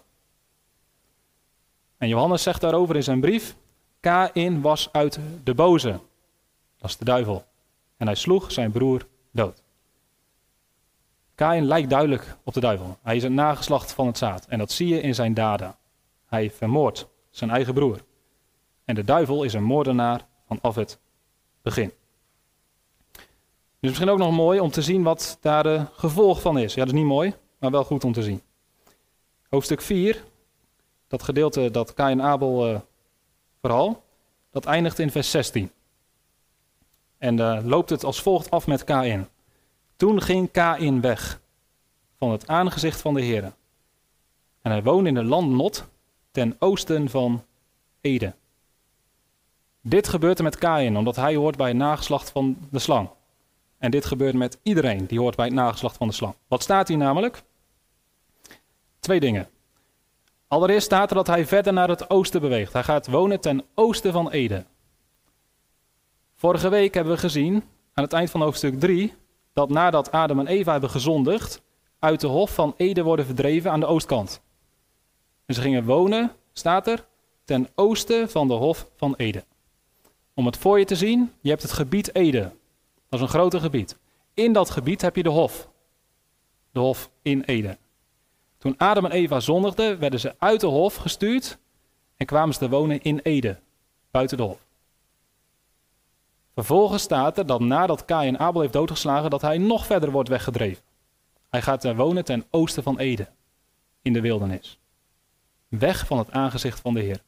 En Johannes zegt daarover in zijn brief: Kaïn was uit de boze. Dat is de duivel. En hij sloeg zijn broer dood. Kaïn lijkt duidelijk op de duivel. Hij is een nageslacht van het zaad. En dat zie je in zijn daden. Hij vermoordt zijn eigen broer. En de duivel is een moordenaar vanaf het begin. Dus misschien ook nog mooi om te zien wat daar de gevolg van is. Ja, dat is niet mooi, maar wel goed om te zien. Hoofdstuk vier, dat gedeelte dat Kaïn Abel uh, verhaal, dat eindigt in vers zestien. En uh, loopt het als volgt af met Kaïn. Toen ging Kaïn weg van het aangezicht van de Heere. En hij woonde in het land Nod, ten oosten van Eden. Dit gebeurt er met Kaïn, omdat hij hoort bij het nageslacht van de slang. En dit gebeurt met iedereen die hoort bij het nageslacht van de slang. Wat staat hier namelijk? Twee dingen. Allereerst staat er dat hij verder naar het oosten beweegt. Hij gaat wonen ten oosten van Eden. Vorige week hebben we gezien, aan het eind van hoofdstuk drie, dat nadat Adam en Eva hebben gezondigd, uit de hof van Eden worden verdreven aan de oostkant. En ze gingen wonen, staat er, ten oosten van de hof van Eden. Om het voor je te zien, je hebt het gebied Eden. Dat is een groter gebied. In dat gebied heb je de hof. De hof in Eden. Toen Adam en Eva zondigden, werden ze uit de hof gestuurd en kwamen ze te wonen in Eden, buiten de hof. Vervolgens staat er dat nadat Kaïn Abel heeft doodgeslagen, dat hij nog verder wordt weggedreven. Hij gaat daar wonen ten oosten van Eden, in de wildernis. Weg van het aangezicht van de Heer.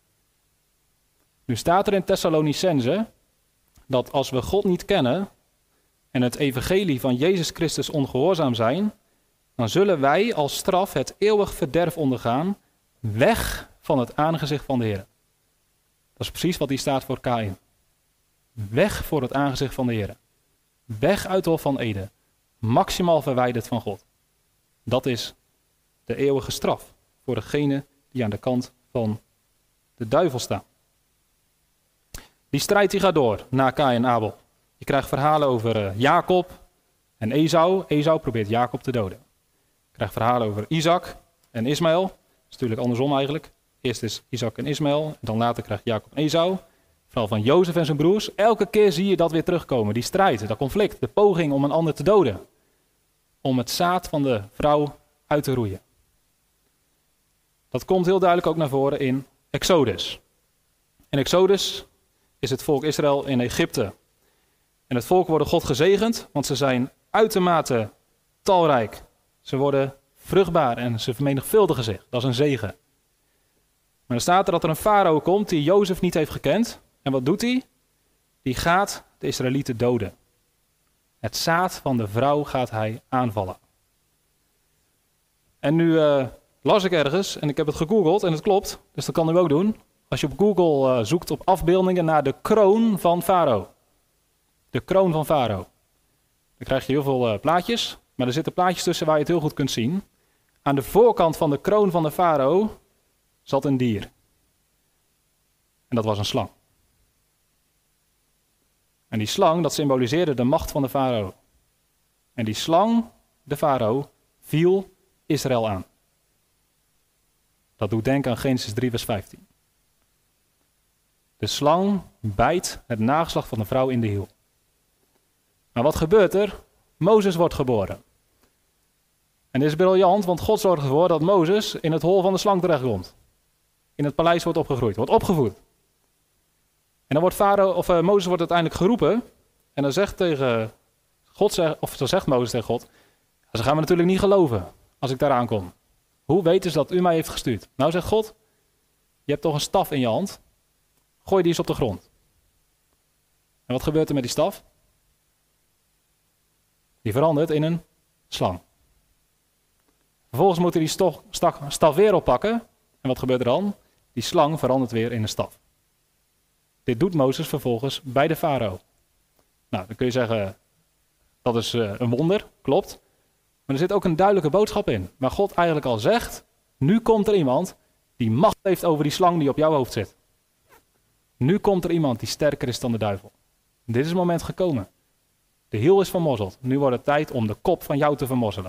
Nu staat er in Thessalonicense dat als we God niet kennen en het evangelie van Jezus Christus ongehoorzaam zijn, dan zullen wij als straf het eeuwig verderf ondergaan, weg van het aangezicht van de Heer. Dat is precies wat hier staat voor Kaïn. Weg voor het aangezicht van de Heer. Weg uit de hof van Eden. Maximaal verwijderd van God. Dat is de eeuwige straf voor degene die aan de kant van de duivel staan. Die strijd die gaat door na Kaïn en Abel. Je krijgt verhalen over uh, Jacob en Esau. Esau probeert Jacob te doden. Je krijgt verhalen over Isaac en Ismaël. Dat is natuurlijk andersom eigenlijk. Eerst is Isaac en Ismaël, en dan later krijgt Jacob en Esau. Vooral van Jozef en zijn broers. Elke keer zie je dat weer terugkomen. Die strijd, dat conflict, de poging om een ander te doden. Om het zaad van de vrouw uit te roeien. Dat komt heel duidelijk ook naar voren in Exodus. In Exodus is het volk Israël in Egypte. En het volk wordt door God gezegend, want ze zijn uitermate talrijk. Ze worden vruchtbaar en ze vermenigvuldigen zich. Dat is een zegen. Maar dan staat er dat er een farao komt die Jozef niet heeft gekend. En wat doet hij? Die gaat de Israëlieten doden. Het zaad van de vrouw gaat hij aanvallen. En nu uh, las ik ergens, en ik heb het gegoogeld en het klopt, dus dat kan u ook doen. Als je op Google uh, zoekt op afbeeldingen naar de kroon van Farao. De kroon van Farao. Dan krijg je heel veel uh, plaatjes, maar er zitten plaatjes tussen waar je het heel goed kunt zien. Aan de voorkant van de kroon van de farao zat een dier. En dat was een slang. En die slang, dat symboliseerde de macht van de farao. En die slang, de farao, viel Israël aan. Dat doet denken aan Genesis drie vers vijftien. De slang bijt het nageslacht van de vrouw in de hiel. Maar wat gebeurt er? Mozes wordt geboren. En dit is briljant, want God zorgt ervoor dat Mozes in het hol van de slang terechtkomt. In het paleis wordt opgegroeid, wordt opgevoed. En dan wordt Farao, of uh, Mozes wordt uiteindelijk geroepen. En dan zegt tegen God, zeg, of dan zegt Mozes tegen God, ze gaan me natuurlijk niet geloven als ik daar aankom. Hoe weten ze dat u mij heeft gestuurd? Nou, zegt God, je hebt toch een staf in je hand. Gooi die eens op de grond. En wat gebeurt er met die staf? Die verandert in een slang. Vervolgens moet hij die stof, stak, staf weer oppakken. En wat gebeurt er dan? Die slang verandert weer in een staf. Dit doet Mozes vervolgens bij de farao. Nou, dan kun je zeggen, dat is uh, een wonder, klopt. Maar er zit ook een duidelijke boodschap in. Waar God eigenlijk al zegt, nu komt er iemand die macht heeft over die slang die op jouw hoofd zit. Nu komt er iemand die sterker is dan de duivel. Dit is het moment gekomen. De hiel is vermorzeld. Nu wordt het tijd om de kop van jou te vermorzelen.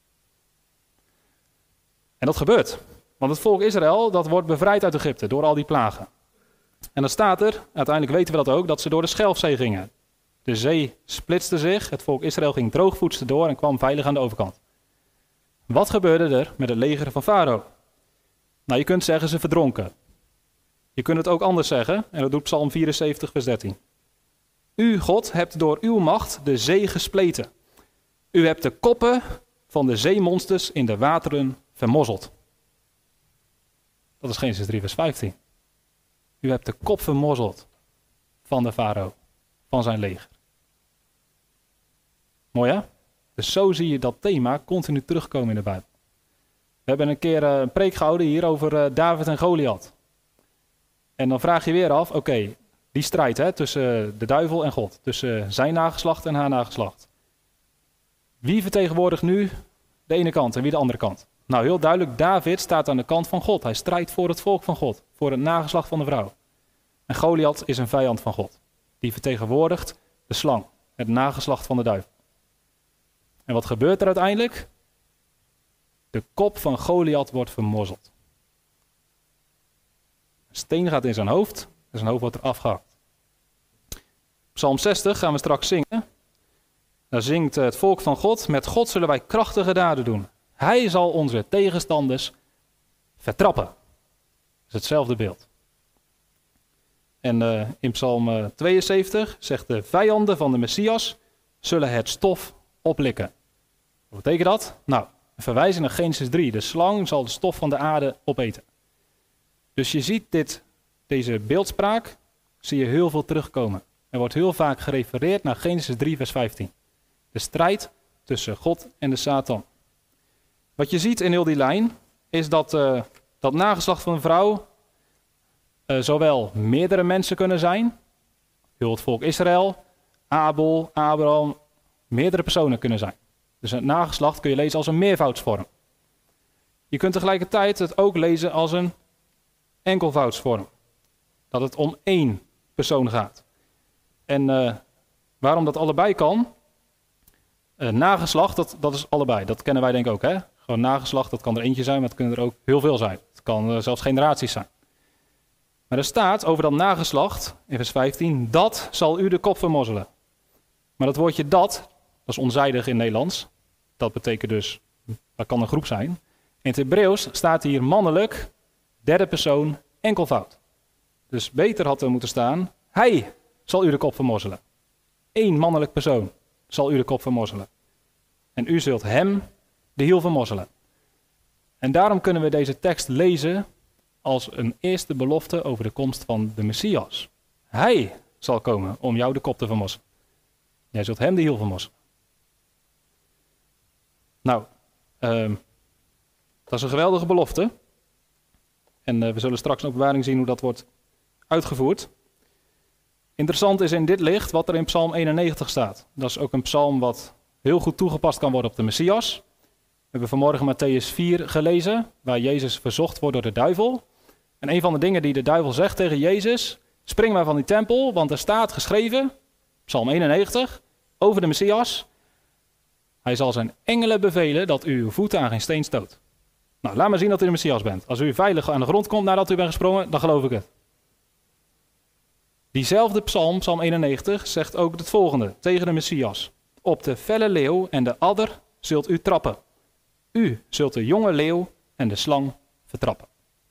En dat gebeurt. Want het volk Israël, dat wordt bevrijd uit Egypte door al die plagen. En dan staat er, uiteindelijk weten we dat ook, dat ze door de Schelfzee gingen. De zee splitste zich, het volk Israël ging droogvoets door en kwam veilig aan de overkant. Wat gebeurde er met het leger van Farao? Nou, je kunt zeggen ze verdronken. Je kunt het ook anders zeggen, en dat doet Psalm vierenzeventig vers dertien. U, God, hebt door uw macht de zee gespleten. U hebt de koppen van de zeemonsters in de wateren vermorzeld. Dat is Genesis drie vers vijftien. U hebt de kop vermorzeld van de farao, van zijn leger. Mooi hè? Dus zo zie je dat thema continu terugkomen in de Bijbel. We hebben een keer een preek gehouden hier over David en Goliath. En dan vraag je weer af, oké, okay, die strijd hè, tussen de duivel en God, tussen zijn nageslacht en haar nageslacht. Wie vertegenwoordigt nu de ene kant en wie de andere kant? Nou, heel duidelijk, David staat aan de kant van God. Hij strijdt voor het volk van God, voor het nageslacht van de vrouw. En Goliath is een vijand van God. Die vertegenwoordigt de slang, het nageslacht van de duivel. En wat gebeurt er uiteindelijk? De kop van Goliath wordt vermorzeld. Een steen gaat in zijn hoofd en zijn hoofd wordt eraf gehakt. Psalm zestig gaan we straks zingen. Daar zingt het volk van God, met God zullen wij krachtige daden doen. Hij zal onze tegenstanders vertrappen. Dat is hetzelfde beeld. En uh, in Psalm uh, tweeënzeventig zegt de vijanden van de Messias zullen het stof oplikken. Wat betekent dat? Nou, een verwijzing naar Genesis drie. De slang zal de stof van de aarde opeten. Dus je ziet dit, deze beeldspraak, zie je heel veel terugkomen. Er wordt heel vaak gerefereerd naar Genesis drie vers vijftien. De strijd tussen God en de Satan. Wat je ziet in heel die lijn is dat uh, dat nageslacht van een vrouw uh, zowel meerdere mensen kunnen zijn, heel het volk Israël, Abel, Abraham, meerdere personen kunnen zijn. Dus het nageslacht kun je lezen als een meervoudsvorm. Je kunt tegelijkertijd het ook lezen als een enkelvoudsvorm. Dat het om één persoon gaat. En uh, waarom dat allebei kan? Uh, nageslacht, dat, dat is allebei. Dat kennen wij denk ik ook. Hè? Gewoon nageslacht, dat kan er eentje zijn, maar het kunnen er ook heel veel zijn. Het kan uh, zelfs generaties zijn. Maar er staat over dat nageslacht, in vers vijftien, dat zal u de kop vermorzelen. Maar dat woordje dat, dat is onzijdig in Nederlands. Dat betekent dus, dat kan een groep zijn. In het Hebreeuws staat hier mannelijk, derde persoon, enkelvoud. Dus beter had er moeten staan, hij zal u de kop vermorzelen. Eén mannelijk persoon zal u de kop vermorzelen. En u zult hem de hiel vermorzelen. En daarom kunnen we deze tekst lezen als een eerste belofte over de komst van de Messias. Hij zal komen om jou de kop te vermorzelen. Jij zult hem de hiel vermorzelen. Nou, uh, dat is een geweldige belofte. En uh, we zullen straks in openbaring zien hoe dat wordt uitgevoerd. Interessant is in dit licht wat er in Psalm eenennegentig staat. Dat is ook een psalm wat heel goed toegepast kan worden op de Messias. We hebben vanmorgen Matthäus vier gelezen, waar Jezus verzocht wordt door de duivel. En een van de dingen die de duivel zegt tegen Jezus: spring maar van die tempel, want er staat geschreven, Psalm eenennegentig, over de Messias: hij zal zijn engelen bevelen dat u uw voeten aan geen steen stoot. Nou, laat maar zien dat u de Messias bent. Als u veilig aan de grond komt nadat u bent gesprongen, dan geloof ik het. Diezelfde psalm, Psalm eenennegentig, zegt ook het volgende tegen de Messias: op de felle leeuw en de adder zult u trappen. U zult de jonge leeuw en de slang vertrappen.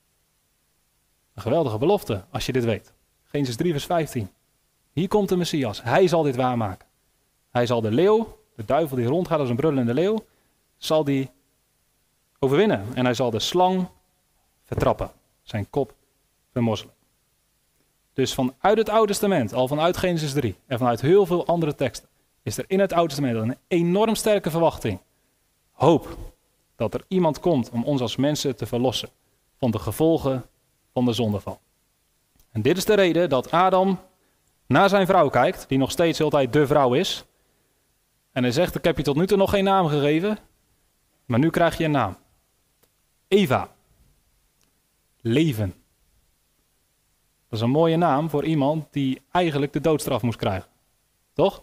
Een geweldige belofte als je dit weet. Genesis drie vers vijftien. Hier komt de Messias. Hij zal dit waarmaken. Hij zal de leeuw, de duivel die rondgaat als een brullende leeuw, zal die overwinnen. En hij zal de slang vertrappen. Zijn kop vermorzelen. Dus vanuit het Oude Testament, al vanuit Genesis drie en vanuit heel veel andere teksten, is er in het Oude Testament een enorm sterke verwachting. Hoop dat er iemand komt om ons als mensen te verlossen van de gevolgen van de zondeval. En dit is de reden dat Adam naar zijn vrouw kijkt, die nog steeds altijd de vrouw is. En hij zegt: ik heb je tot nu toe nog geen naam gegeven, maar nu krijg je een naam. Eva. Leven. Dat is een mooie naam voor iemand die eigenlijk de doodstraf moest krijgen. Toch?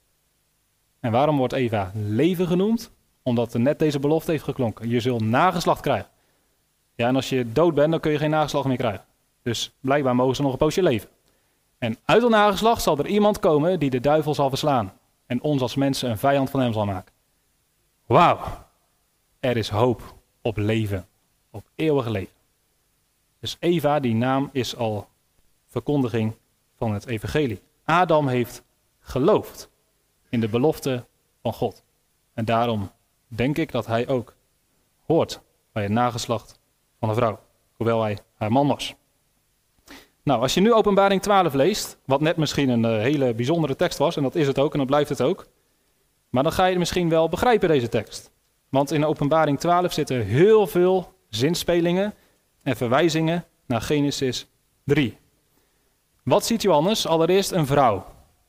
En waarom wordt Eva leven genoemd? Omdat er net deze belofte heeft geklonken. Je zult nageslacht krijgen. Ja, en als je dood bent, dan kun je geen nageslacht meer krijgen. Dus blijkbaar mogen ze nog een poosje leven. En uit het nageslacht zal er iemand komen die de duivel zal verslaan. En ons als mensen een vijand van hem zal maken. Wauw. Er is hoop op leven. Op eeuwig leven. Dus Eva, die naam is al verkondiging van het evangelie. Adam heeft geloofd in de belofte van God. En daarom denk ik dat hij ook hoort bij het nageslacht van een vrouw. Hoewel hij haar man was. Nou, als je nu Openbaring twaalf leest, wat net misschien een uh, hele bijzondere tekst was, en dat is het ook en dat blijft het ook. Maar dan ga je misschien wel begrijpen deze tekst. Want in Openbaring twaalf zitten heel veel zinspelingen en verwijzingen naar Genesis drie. Wat ziet Johannes? Allereerst een vrouw.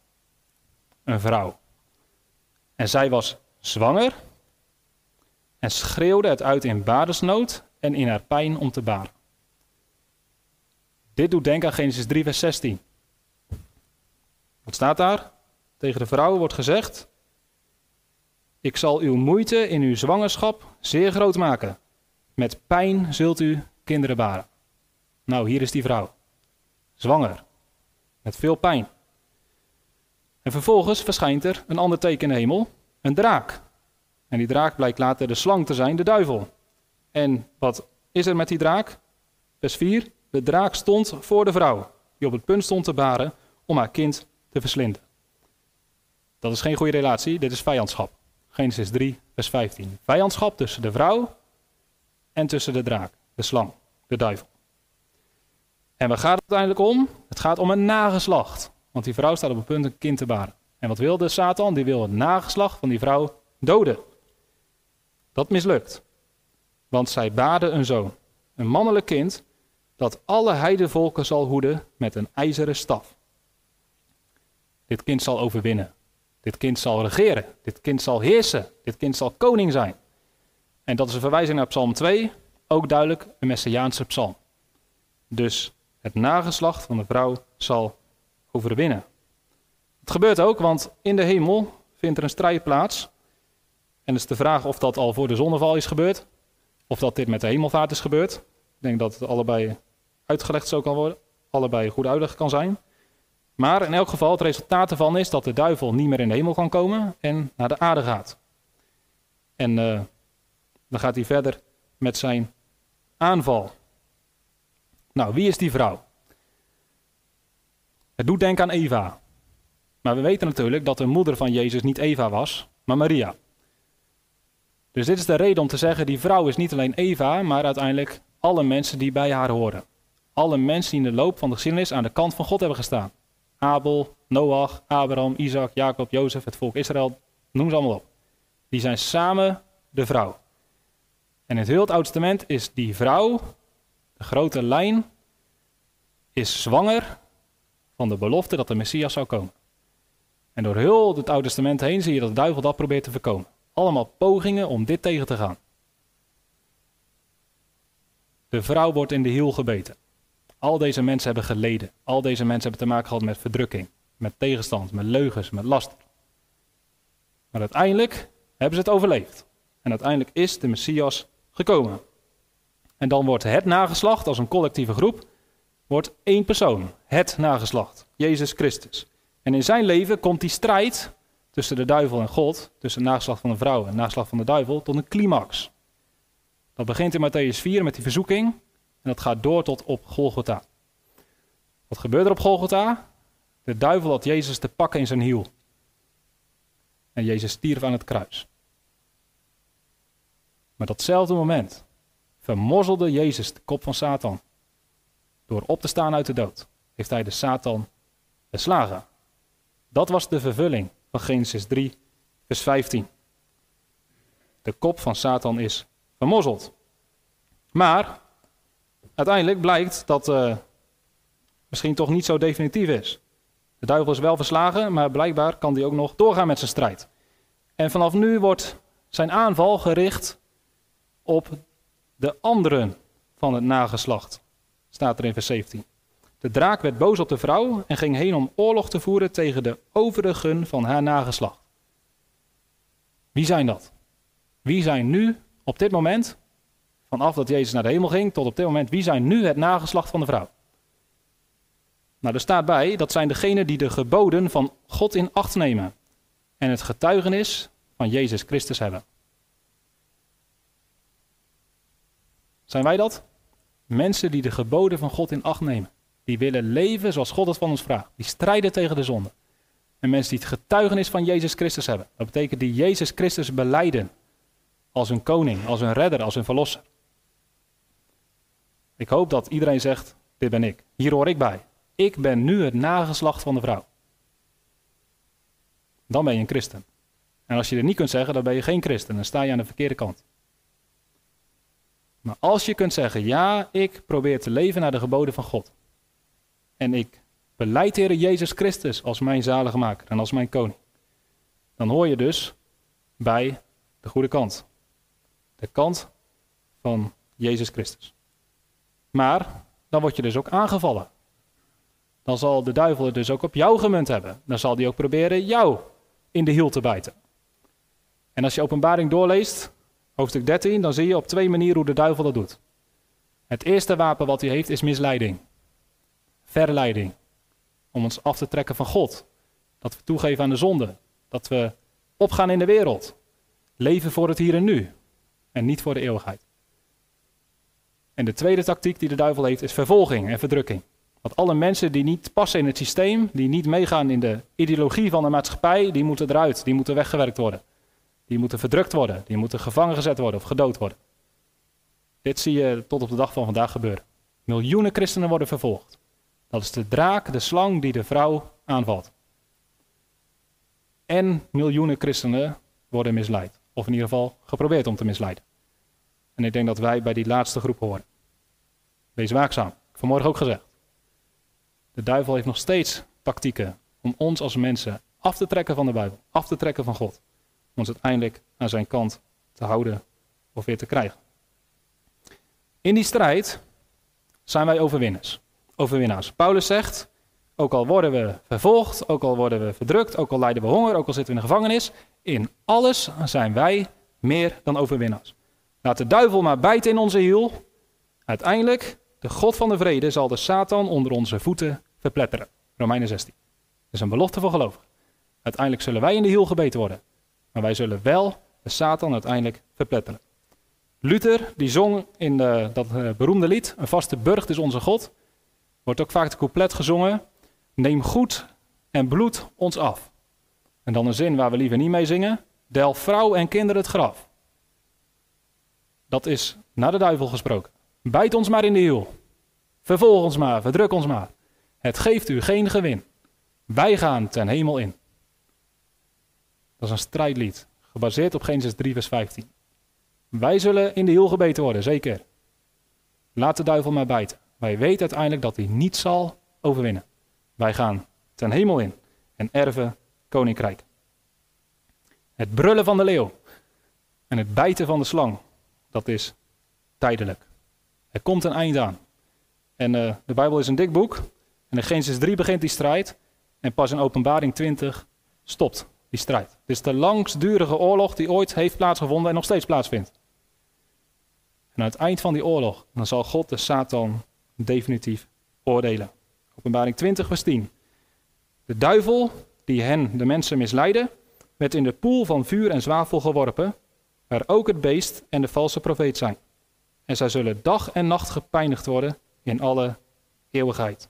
Een vrouw. En zij was zwanger en schreeuwde het uit in badersnood en in haar pijn om te baren. Dit doet denken aan Genesis drie vers zestien. Wat staat daar? Tegen de vrouw wordt gezegd: ik zal uw moeite in uw zwangerschap zeer groot maken. Met pijn zult u kinderen baren. Nou, hier is die vrouw. Zwanger. Met veel pijn. En vervolgens verschijnt er een ander teken in de hemel. Een draak. En die draak blijkt later de slang te zijn, de duivel. En wat is er met die draak? Vers vier. De draak stond voor de vrouw, die op het punt stond te baren om haar kind te verslinden. Dat is geen goede relatie, dit is vijandschap. Genesis drie, vers vijftien. Vijandschap tussen de vrouw en tussen de draak, de slang, de duivel. En waar gaat het uiteindelijk om? Het gaat om een nageslacht. Want die vrouw staat op het punt een kind te baren. En wat wil de Satan? Die wil het nageslacht van die vrouw doden. Dat mislukt. Want zij baarde een zoon, een mannelijk kind, dat alle heidenvolken zal hoeden met een ijzeren staf. Dit kind zal overwinnen. Dit kind zal regeren. Dit kind zal heersen. Dit kind zal koning zijn. En dat is een verwijzing naar Psalm twee, ook duidelijk een Messiaanse psalm. Dus het nageslacht van de vrouw zal overwinnen. Het gebeurt ook, want in de hemel vindt er een strijd plaats. En het is de vraag of dat al voor de zonneval is gebeurd, of dat dit met de hemelvaart is gebeurd. Ik denk dat het allebei uitgelegd zo kan worden, allebei goed uitleg kan zijn. Maar in elk geval, het resultaat ervan is dat de duivel niet meer in de hemel kan komen en naar de aarde gaat. En uh, dan gaat hij verder met zijn aanval. Nou, wie is die vrouw? Het doet denken aan Eva. Maar we weten natuurlijk dat de moeder van Jezus niet Eva was, maar Maria. Dus dit is de reden om te zeggen, die vrouw is niet alleen Eva, maar uiteindelijk alle mensen die bij haar horen. Alle mensen die in de loop van de geschiedenis aan de kant van God hebben gestaan. Abel, Noach, Abraham, Isaac, Jacob, Jozef, het volk Israël, noem ze allemaal op. Die zijn samen de vrouw. En in het heel het Oude Testament is die vrouw, de grote lijn, is zwanger van de belofte dat de Messias zou komen. En door heel het Oude Testament heen zie je dat de duivel dat probeert te voorkomen. Allemaal pogingen om dit tegen te gaan. De vrouw wordt in de hiel gebeten. Al deze mensen hebben geleden. Al deze mensen hebben te maken gehad met verdrukking, met tegenstand, met leugens, met laster. Maar uiteindelijk hebben ze het overleefd. En uiteindelijk is de Messias gekomen. En dan wordt het nageslacht, als een collectieve groep, wordt één persoon. Het nageslacht, Jezus Christus. En in zijn leven komt die strijd tussen de duivel en God, tussen het nageslacht van de vrouw en het nageslacht van de duivel, tot een climax. Dat begint in Matthäus vier met die verzoeking en dat gaat door tot op Golgotha. Wat gebeurde er op Golgotha? De duivel had Jezus te pakken in zijn hiel. En Jezus stierf aan het kruis. Maar datzelfde moment vermorzelde Jezus de kop van Satan. Door op te staan uit de dood heeft hij de Satan beslagen. Dat was de vervulling van Genesis drie, vers vijftien. De kop van Satan is vermorzeld. Maar uiteindelijk blijkt dat uh, misschien toch niet zo definitief is. De duivel is wel verslagen, maar blijkbaar kan hij ook nog doorgaan met zijn strijd. En vanaf nu wordt zijn aanval gericht op de anderen van het nageslacht. Staat er in vers zeventien. De draak werd boos op de vrouw en ging heen om oorlog te voeren tegen de overigen van haar nageslacht. Wie zijn dat? Wie zijn nu, op dit moment, vanaf dat Jezus naar de hemel ging tot op dit moment, wie zijn nu het nageslacht van de vrouw? Nou, er staat bij, dat zijn degenen die de geboden van God in acht nemen en het getuigenis van Jezus Christus hebben. Zijn wij dat? Mensen die de geboden van God in acht nemen. Die willen leven zoals God het van ons vraagt. Die strijden tegen de zonde. En mensen die het getuigenis van Jezus Christus hebben. Dat betekent die Jezus Christus belijden. Als een koning, als een redder, als een verlosser. Ik hoop dat iedereen zegt, dit ben ik. Hier hoor ik bij. Ik ben nu het nageslacht van de vrouw. Dan ben je een christen. En als je dit niet kunt zeggen, dan ben je geen christen. Dan sta je aan de verkeerde kant. Maar als je kunt zeggen, ja, ik probeer te leven naar de geboden van God. En ik belijd de Heer Jezus Christus als mijn zaligmaker en als mijn koning. Dan hoor je dus bij de goede kant. De kant van Jezus Christus. Maar dan word je dus ook aangevallen. Dan zal de duivel het dus ook op jou gemunt hebben. Dan zal hij ook proberen jou in de hiel te bijten. En als je Openbaring doorleest, hoofdstuk dertien, dan zie je op twee manieren hoe de duivel dat doet. Het eerste wapen wat hij heeft is misleiding. Verleiding. Om ons af te trekken van God. Dat we toegeven aan de zonde. Dat we opgaan in de wereld. Leven voor het hier en nu. En niet voor de eeuwigheid. En de tweede tactiek die de duivel heeft is vervolging en verdrukking. Want alle mensen die niet passen in het systeem, die niet meegaan in de ideologie van de maatschappij, die moeten eruit, die moeten weggewerkt worden. Die moeten verdrukt worden, die moeten gevangen gezet worden of gedood worden. Dit zie je tot op de dag van vandaag gebeuren. Miljoenen christenen worden vervolgd. Dat is de draak, de slang die de vrouw aanvalt. En miljoenen christenen worden misleid. Of in ieder geval geprobeerd om te misleiden. En ik denk dat wij bij die laatste groep horen. Wees waakzaam. Ik heb vanmorgen ook gezegd. De duivel heeft nog steeds tactieken om ons als mensen af te trekken van de Bijbel. Af te trekken van God. Om ons uiteindelijk aan zijn kant te houden of weer te krijgen. In die strijd zijn wij overwinnaars. overwinnaars. Paulus zegt, ook al worden we vervolgd, ook al worden we verdrukt, ook al lijden we honger, ook al zitten we in de gevangenis, in alles zijn wij meer dan overwinnaars. Laat de duivel maar bijten in onze hiel. Uiteindelijk, de God van de vrede zal de Satan onder onze voeten verpletteren. Romeinen zestien. Dat is een belofte voor gelovigen. Uiteindelijk zullen wij in de hiel gebeten worden. Maar wij zullen wel de Satan uiteindelijk verpletteren. Luther, die zong in de, dat uh, beroemde lied, een vaste burcht is onze God. Wordt ook vaak de couplet gezongen. Neem goed en bloed ons af. En dan een zin waar we liever niet mee zingen. Delf vrouw en kinderen het graf. Dat is naar de duivel gesproken. Bijt ons maar in de hiel. Vervolg ons maar, verdruk ons maar. Het geeft u geen gewin. Wij gaan ten hemel in. Dat is een strijdlied, gebaseerd op Genesis drie vers vijftien. Wij zullen in de hiel gebeten worden, zeker. Laat de duivel maar bijten. Wij weten uiteindelijk dat hij niet zal overwinnen. Wij gaan ten hemel in en erven koninkrijk. Het brullen van de leeuw en het bijten van de slang, dat is tijdelijk. Er komt een eind aan. En uh, de Bijbel is een dik boek. En in Genesis drie begint die strijd. En pas in Openbaring twintig stopt die strijd. Het is de langstdurige oorlog die ooit heeft plaatsgevonden en nog steeds plaatsvindt. En aan het eind van die oorlog, dan zal God de Satan definitief oordelen. Openbaring twintig vers tien. De duivel die hen, de mensen, misleidde, werd in de poel van vuur en zwavel geworpen, waar ook het beest en de valse profeet zijn. En zij zullen dag en nacht gepijnigd worden in alle eeuwigheid.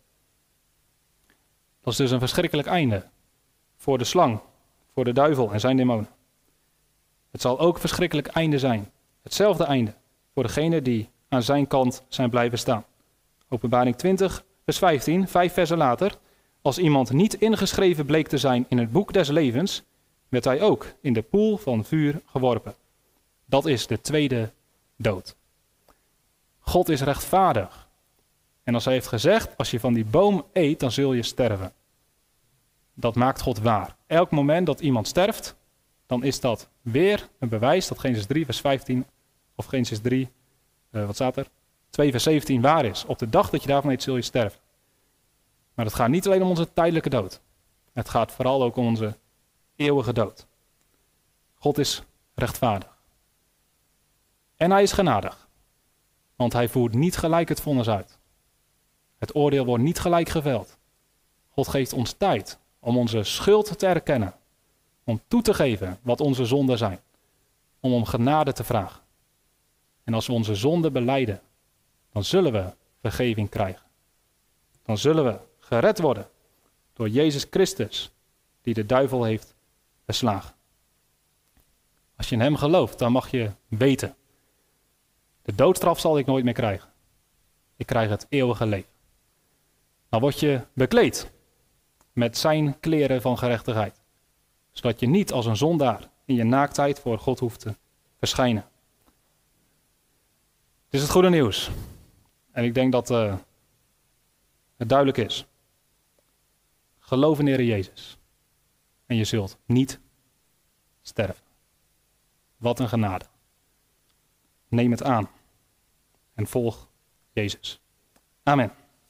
Dat is dus een verschrikkelijk einde voor de slang, voor de duivel en zijn demonen. Het zal ook een verschrikkelijk einde zijn. Hetzelfde einde voor degenen die aan zijn kant zijn blijven staan. Openbaring twintig vers vijftien, vijf versen later. Als iemand niet ingeschreven bleek te zijn in het boek des levens, werd hij ook in de poel van vuur geworpen. Dat is de tweede dood. God is rechtvaardig. En als hij heeft gezegd, als je van die boom eet, dan zul je sterven. Dat maakt God waar. Elk moment dat iemand sterft, dan is dat weer een bewijs dat Genesis drie vers vijftien of Genesis drie, uh, wat staat er? twee vers zeventien waar is. Op de dag dat je daarvan eet, zul je sterven. Maar het gaat niet alleen om onze tijdelijke dood. Het gaat vooral ook om onze eeuwige dood. God is rechtvaardig. En hij is genadig. Want hij voert niet gelijk het vonnis uit. Het oordeel wordt niet gelijk geveld. God geeft ons tijd om onze schuld te erkennen. Om toe te geven wat onze zonden zijn. Om om genade te vragen. En als we onze zonden belijden, dan zullen we vergeving krijgen. Dan zullen we gered worden door Jezus Christus, die de duivel heeft verslagen. Als je in hem gelooft, dan mag je weten. De doodstraf zal ik nooit meer krijgen. Ik krijg het eeuwige leven. Dan word je bekleed met zijn kleren van gerechtigheid. Zodat je niet als een zondaar in je naaktheid voor God hoeft te verschijnen. Dit is het goede nieuws. En ik denk dat uh, het duidelijk is. Geloof in de Heer Jezus. En je zult niet sterven. Wat een genade. Neem het aan. En volg Jezus. Amen.